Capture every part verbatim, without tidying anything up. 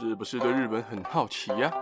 是不是对日本很好奇呀、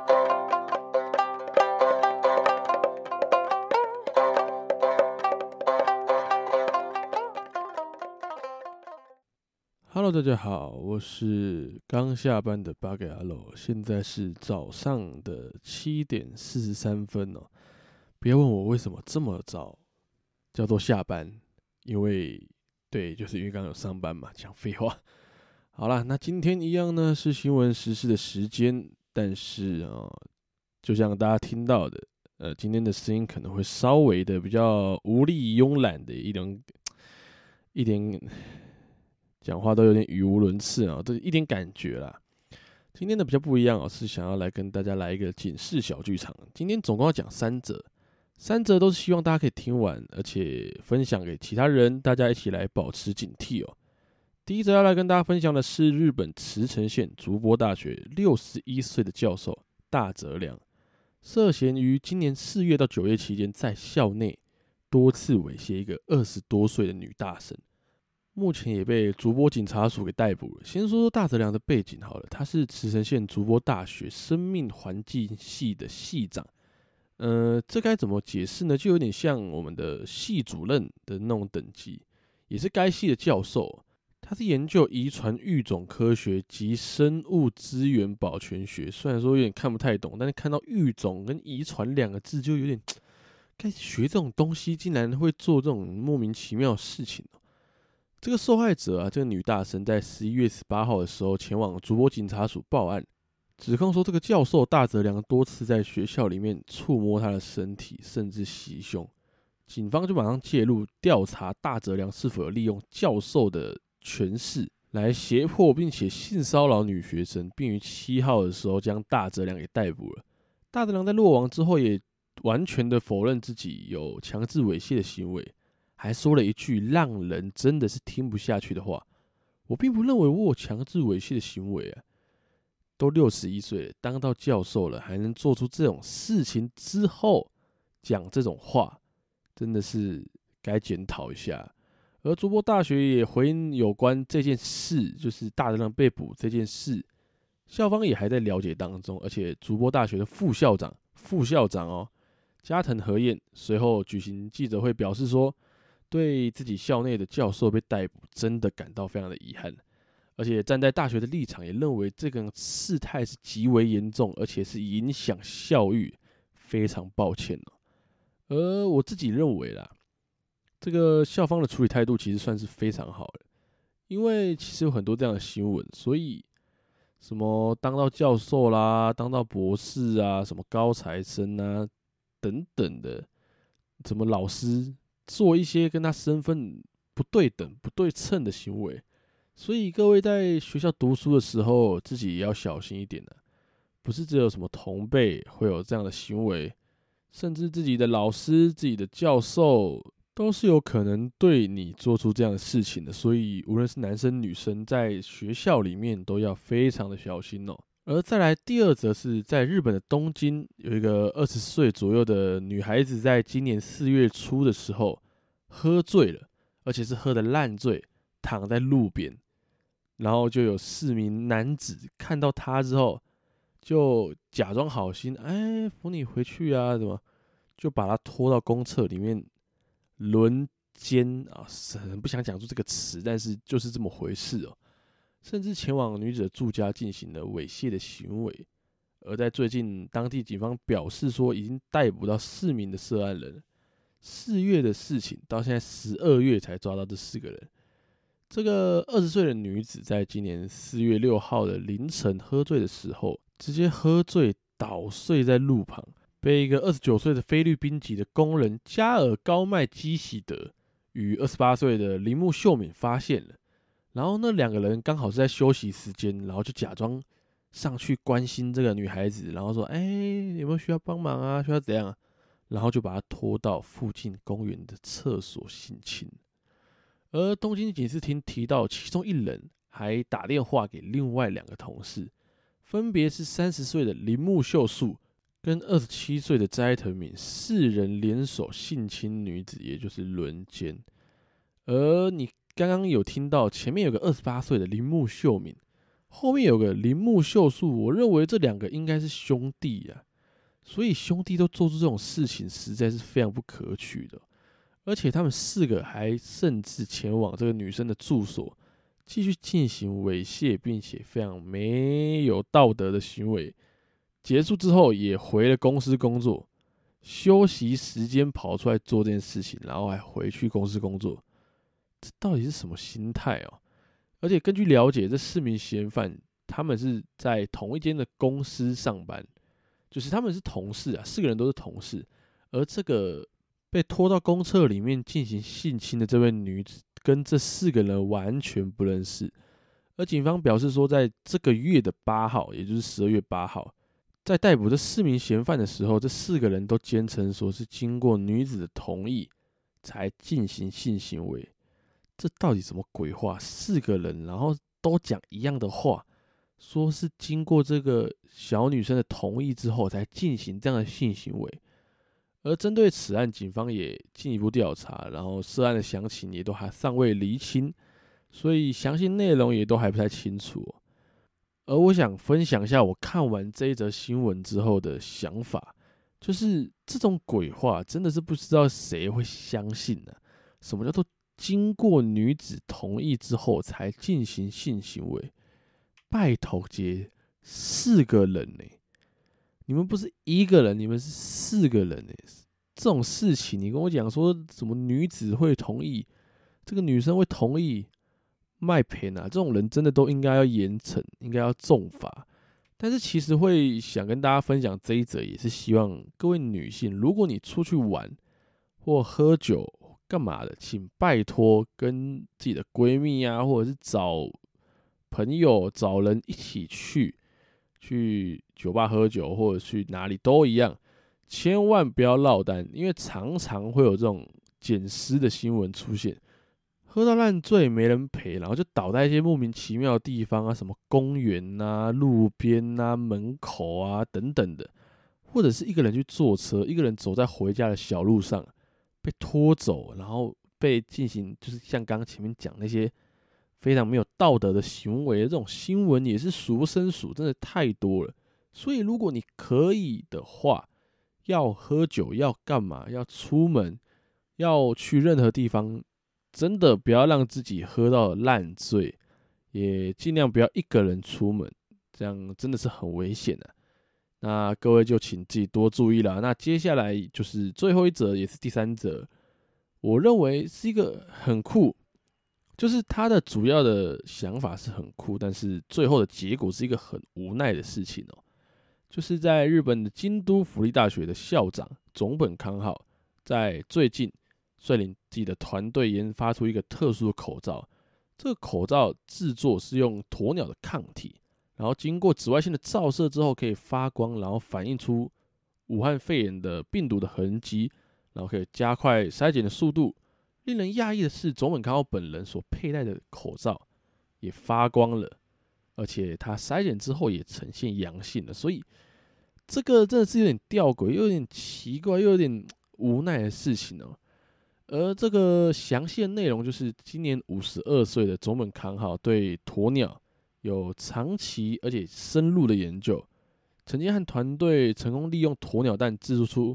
Hello， 大家好，我是刚下班的八给阿洛，现在是早上的七点四十三分哦。不要问我为什么这么早叫做下班，因为对，就是因为刚刚有上班嘛，讲废话。好啦，那今天一样呢是新闻时事的时间，但是啊、呃，就像大家听到的，呃，今天的声音可能会稍微的比较无力、慵懒的一点一点。讲话都有点语无伦次啊，都一点感觉啦。今天的比较不一样哦，是想要来跟大家来一个警示小剧场。今天总共要讲三则，三则都是希望大家可以听完，而且分享给其他人，大家一起来保持警惕哦。第一则要来跟大家分享的是日本茨城县筑波大学六十一岁的教授大泽良，涉嫌于今年四月到九月期间，在校内多次猥亵一个二十多岁的女大生。目前也被筑波警察署给逮捕了。先说说大泽良的背景好了，他是茨城县筑波大学生命环境系的系长。呃，这该怎么解释呢？就有点像我们的系主任的那种等级，也是该系的教授。他是研究遗传育种科学及生物资源保全学。虽然说有点看不太懂，但是看到育种跟遗传两个字，就有点该学这种东西，竟然会做这种莫名其妙的事情哦。这个受害者啊，这个女大生在十一月十八号的时候前往筑波警察署报案，指控说这个教授大泽良多次在学校里面触摸她的身体，甚至袭胸。警方就马上介入调查大泽良是否有利用教授的权势来胁迫并且性骚扰女学生，并于七号的时候将大泽良给逮捕了。大泽良在落网之后也完全的否认自己有强制猥亵的行为。还说了一句让人真的是听不下去的话：“我并不认为我有强制猥亵的行为啊，都六十一岁了，当到教授了，还能做出这种事情之后讲这种话，真的是该检讨一下。”而筑波大学也回应有关这件事，就是大泽良被捕这件事，校方也还在了解当中，而且筑波大学的副校长、副校长哦，加藤和彦随后举行记者会，表示说，对自己校内的教授被逮捕，真的感到非常的遗憾，而且站在大学的立场，也认为这个事态是极为严重，而且是影响校誉，非常抱歉哦。而我自己认为啦，这个校方的处理态度其实算是非常好的，因为其实有很多这样的新闻，所以什么当到教授啦，当到博士啊，什么高材生啊等等的，什么老师。做一些跟他身份不对等、不对称的行为，所以各位在学校读书的时候，自己也要小心一点的、啊。不是只有什么同辈会有这样的行为，甚至自己的老师、自己的教授都是有可能对你做出这样的事情的。所以无论是男生女生，在学校里面都要非常的小心哦。而再来第二则是在日本的东京，有一个二十岁左右的女孩子，在今年四月初的时候喝醉了，而且是喝得烂醉，躺在路边，然后就有四名男子看到她之后，就假装好心，哎，扶你回去啊，怎么就把她拖到公厕里面轮奸啊？很不想讲出这个词，但是就是这么回事哦。甚至前往女子的住家进行了猥亵的行为，而在最近，当地警方表示说，已经逮捕到四名的涉案人。四月的事情到现在十二月才抓到这四个人。这个二十岁的女子在今年四月六号的凌晨喝醉的时候，直接喝醉倒睡在路旁，被一个二十九岁的菲律宾籍的工人加尔高麦基喜德与二十八岁的铃木秀敏发现了。然后那两个人刚好是在休息时间，然后就假装上去关心这个女孩子，然后说：“哎、欸，有没有需要帮忙啊？需要怎样啊？”然后就把她拖到附近公园的厕所性侵。而东京警视厅提到，其中一人还打电话给另外两个同事，分别是三十岁的铃木秀树跟二十七岁的斋藤敏，四人联手性侵女子，也就是轮奸。而你刚刚有听到前面有个二十八岁的铃木秀敏， 后面有个铃木秀树，我认为这两个应该是兄弟啊，所以兄弟都做出这种事情，实在是非常不可取的。而且他们四个还甚至前往这个女生的住所，继续进行猥亵，并且非常没有道德的行为。结束之后也回了公司工作，休息时间跑出来做这件事情，然后还回去公司工作，这到底是什么心态哦？而且根据了解，这四名嫌犯他们是在同一间的公司上班，就是他们是同事啊，四个人都是同事。而这个被拖到公厕里面进行性侵的这位女子，跟这四个人完全不认识。而警方表示说，在这个月的八号，也就是十二月八号，在逮捕这四名嫌犯的时候，这四个人都坚称说是经过女子的同意才进行性行为。这到底什么鬼话？四个人，然后都讲一样的话，说是经过这个小女生的同意之后才进行这样的性行为。而针对此案，警方也进一步调查，然后涉案的详情也都还尚未厘清，所以详细内容也都还不太清楚哦。而我想分享一下我看完这一则新闻之后的想法，就是这种鬼话真的是不知道谁会相信呢、啊？什么叫做经过女子同意之后才进行性行为？拜托姐，四个人呢、欸？你们不是一个人，你们是四个人呢、欸？这种事情，你跟我讲说什么女子会同意，这个女生会同意，卖骗啊！这种人真的都应该要严惩，应该要重罚。但是其实会想跟大家分享这一则，也是希望各位女性，如果你出去玩或喝酒干嘛的，请拜托跟自己的闺蜜啊，或者是找朋友、找人一起去去酒吧喝酒，或者去哪里都一样，千万不要落单，因为常常会有这种捡尸的新闻出现。喝到烂醉没人陪，然后就倒在一些莫名其妙的地方啊，什么公园啊、路边啊、门口啊等等的，或者是一个人去坐车，一个人走在回家的小路上被拖走，然后被进行就是像刚刚前面讲那些非常没有道德的行为的这种新闻也是数不胜数，真的太多了。所以如果你可以的话，要喝酒要干嘛？要出门要去任何地方。真的不要让自己喝到烂醉，也尽量不要一个人出门，这样真的是很危险的、啊。那各位就请自己多注意啦。那接下来就是最后一则，也是第三则，我认为是一个很酷，就是他的主要的想法是很酷，但是最后的结果是一个很无奈的事情哦。就是在日本的京都府立大学的校长总本康浩，在最近率领自己的团队研发出一个特殊的口罩，这个口罩制作是用鸵鸟的抗体，然后经过紫外线的照射之后可以发光，然后反映出武汉肺炎的病毒的痕迹，然后可以加快筛检的速度。令人讶异的是，总本康浩本人所佩戴的口罩也发光了，而且他筛检之后也呈现阳性了，所以这个真的是有点吊诡，又有点奇怪，又有点无奈的事情哦。而这个详细的内容就是，今年五十二岁的总本康浩对鸵鸟有长期而且深入的研究，曾经和团队成功利用鸵鸟蛋制作出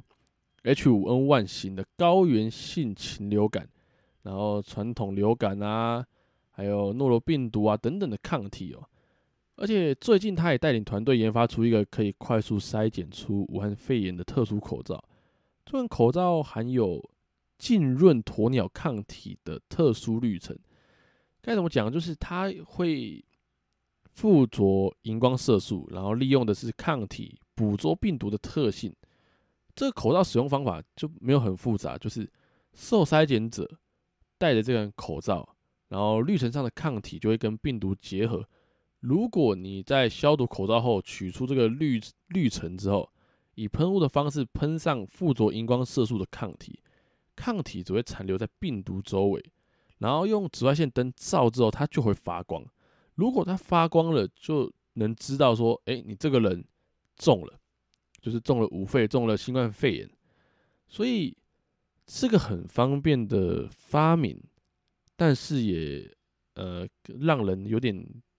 H 五 N 一 型的高原性禽流感，然后传统流感啊，还有诺罗病毒啊等等的抗体哦。而且最近他也带领团队研发出一个可以快速筛检出武汉肺炎的特殊口罩，这款口罩含有浸润鸵鸟抗体的特殊滤层，该怎么讲？就是它会附着荧光色素，然后利用的是抗体捕捉病毒的特性。这个口罩使用方法就没有很复杂，就是受筛检者戴着这个口罩，然后滤层上的抗体就会跟病毒结合。如果你在消毒口罩后取出这个滤滤层之后，以喷雾的方式喷上附着荧光色素的抗体。抗体只会残留在病毒周围，然后用紫外线灯照之后，它就会发光。如果它发光了，就能知道说，哎、欸，你这个人中了，就是中了武肺，中了新冠肺炎。所以是个很方便的发明，但是也呃让人有点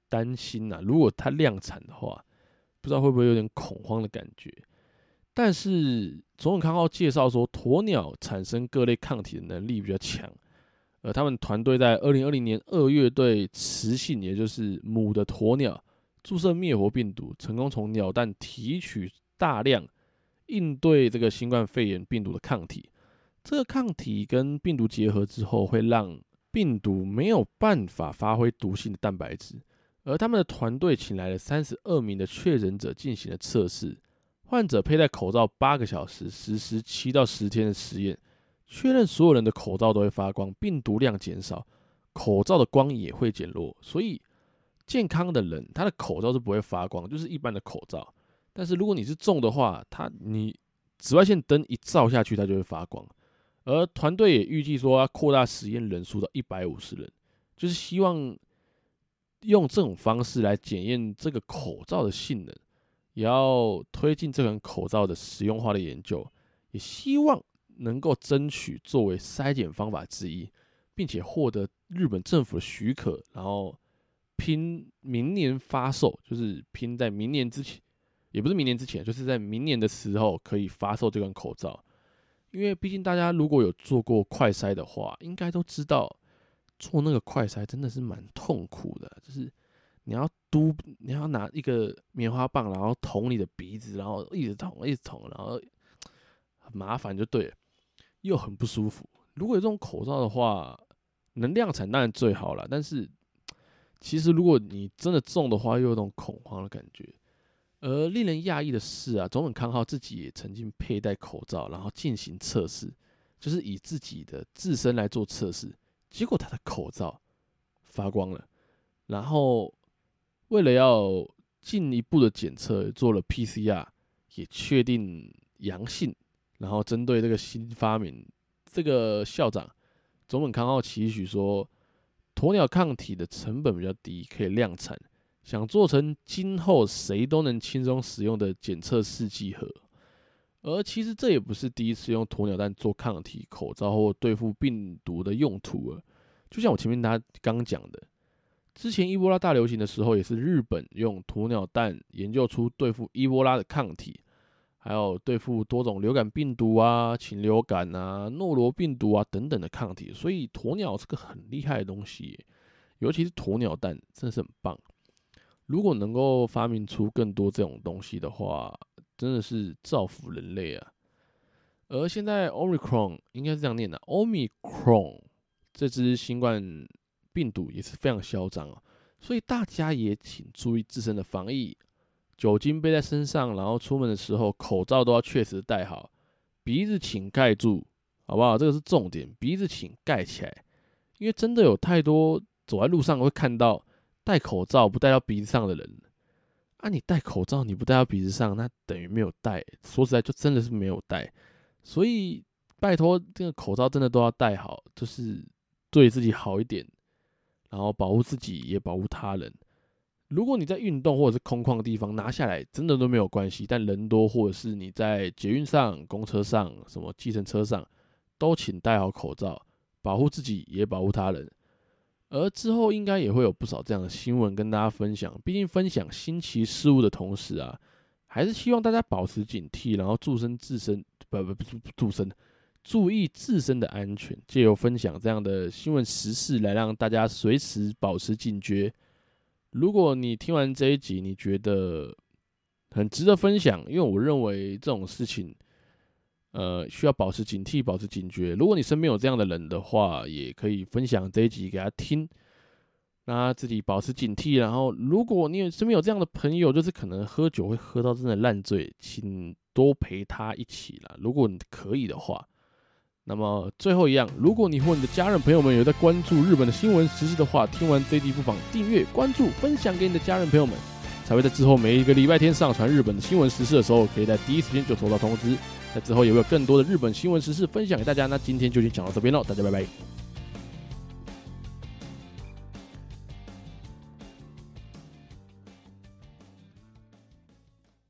担心啊，如果它量产的话，不知道会不会有点恐慌的感觉。但是总统康浩介绍说，鸵鸟产生各类抗体的能力比较强，而他们团队在二零二零年二月对雌性，也就是母的鸵鸟注射灭活病毒，成功从鸟蛋提取大量应对这个新冠肺炎病毒的抗体。这个抗体跟病毒结合之后，会让病毒没有办法发挥毒性的蛋白质。而他们的团队请来了三十二名的确诊者进行了测试，患者佩戴口罩八个小时，实施七到十天的实验，确认所有人的口罩都会发光，病毒量减少，口罩的光也会减弱。所以健康的人他的口罩是不会发光，就是一般的口罩。但是如果你是重的话，他你紫外线灯一照下去，它就会发光。而团队也预计说要扩大实验人数到一百五十人，就是希望用这种方式来检验这个口罩的性能，也要推进这款口罩的实用化的研究，也希望能够争取作为筛检方法之一，并且获得日本政府的许可，然后拼明年发售，就是拼在明年之前，也不是明年之前，就是在明年的时候可以发售这款口罩。因为毕竟大家如果有做过快筛的话，应该都知道做那个快筛真的是蛮痛苦的，就是你要嘟，你要拿一个棉花棒，然后捅你的鼻子，然后一直捅，一直捅，然后很麻烦就对了，又很不舒服。如果有这种口罩的话，能量产当然最好了，但是其实如果你真的中的话，又有一种恐慌的感觉。而令人讶异的是啊，总统康浩自己也曾经佩戴口罩，然后进行测试，就是以自己的自身来做测试。结果他的口罩发光了，然后为了要进一步的检测，做了 P C R， 也确定阳性。然后针对这个新发明，这个校长总统康浩期许说，鸵鸟抗体的成本比较低，可以量产。想做成今后谁都能轻松使用的检测试剂盒，而其实这也不是第一次用鸵鸟蛋做抗体口罩或对付病毒的用途了。就像我前面他刚讲的，之前伊波拉大流行的时候，也是日本用鸵鸟蛋研究出对付伊波拉的抗体，还有对付多种流感病毒啊、禽流感啊、诺罗病毒啊等等的抗体。所以鸵鸟是个很厉害的东西耶，尤其是鸵鸟蛋真的是很棒。如果能够发明出更多这种东西的话，真的是造福人类啊！而现在 Omicron 应该是这样念的 ，Omicron 这支新冠病毒也是非常嚣张啊，所以大家也请注意自身的防疫，酒精背在身上，然后出门的时候口罩都要确实戴好，鼻子请盖住，好不好？这个是重点，鼻子请盖起来，因为真的有太多走在路上会看到戴口罩不戴到鼻子上的人啊，你戴口罩你不戴到鼻子上，那等于没有戴。说实在，就真的是没有戴。所以拜托，这个口罩真的都要戴好，就是对自己好一点，然后保护自己也保护他人。如果你在运动或者是空旷的地方拿下来，真的都没有关系。但人多或者是你在捷运上、公车上、什么计程车上，都请戴好口罩，保护自己也保护他人。而之后应该也会有不少这样的新闻跟大家分享，毕竟分享新奇事物的同时啊，还是希望大家保持警惕，然后注身自身不不不注身，注意自身的安全，借由分享这样的新闻时事来让大家随时保持警觉。如果你听完这一集，你觉得很值得分享，因为我认为这种事情呃，需要保持警惕，保持警觉。如果你身边有这样的人的话，也可以分享这一集给他听，让他自己保持警惕。然后，如果你身边有这样的朋友，就是可能喝酒会喝到真的烂醉，请多陪他一起啦。如果你可以的话，那么最后一样，如果你或你的家人朋友们有在关注日本的新闻时事的话，听完这一集不妨订阅、关注、分享给你的家人朋友们，才会在之后每一个礼拜天上传日本的新闻时事的时候，可以在第一时间就收到通知。在之后也会有更多的日本新闻时事分享给大家。那今天就先讲到这边喽，大家拜拜。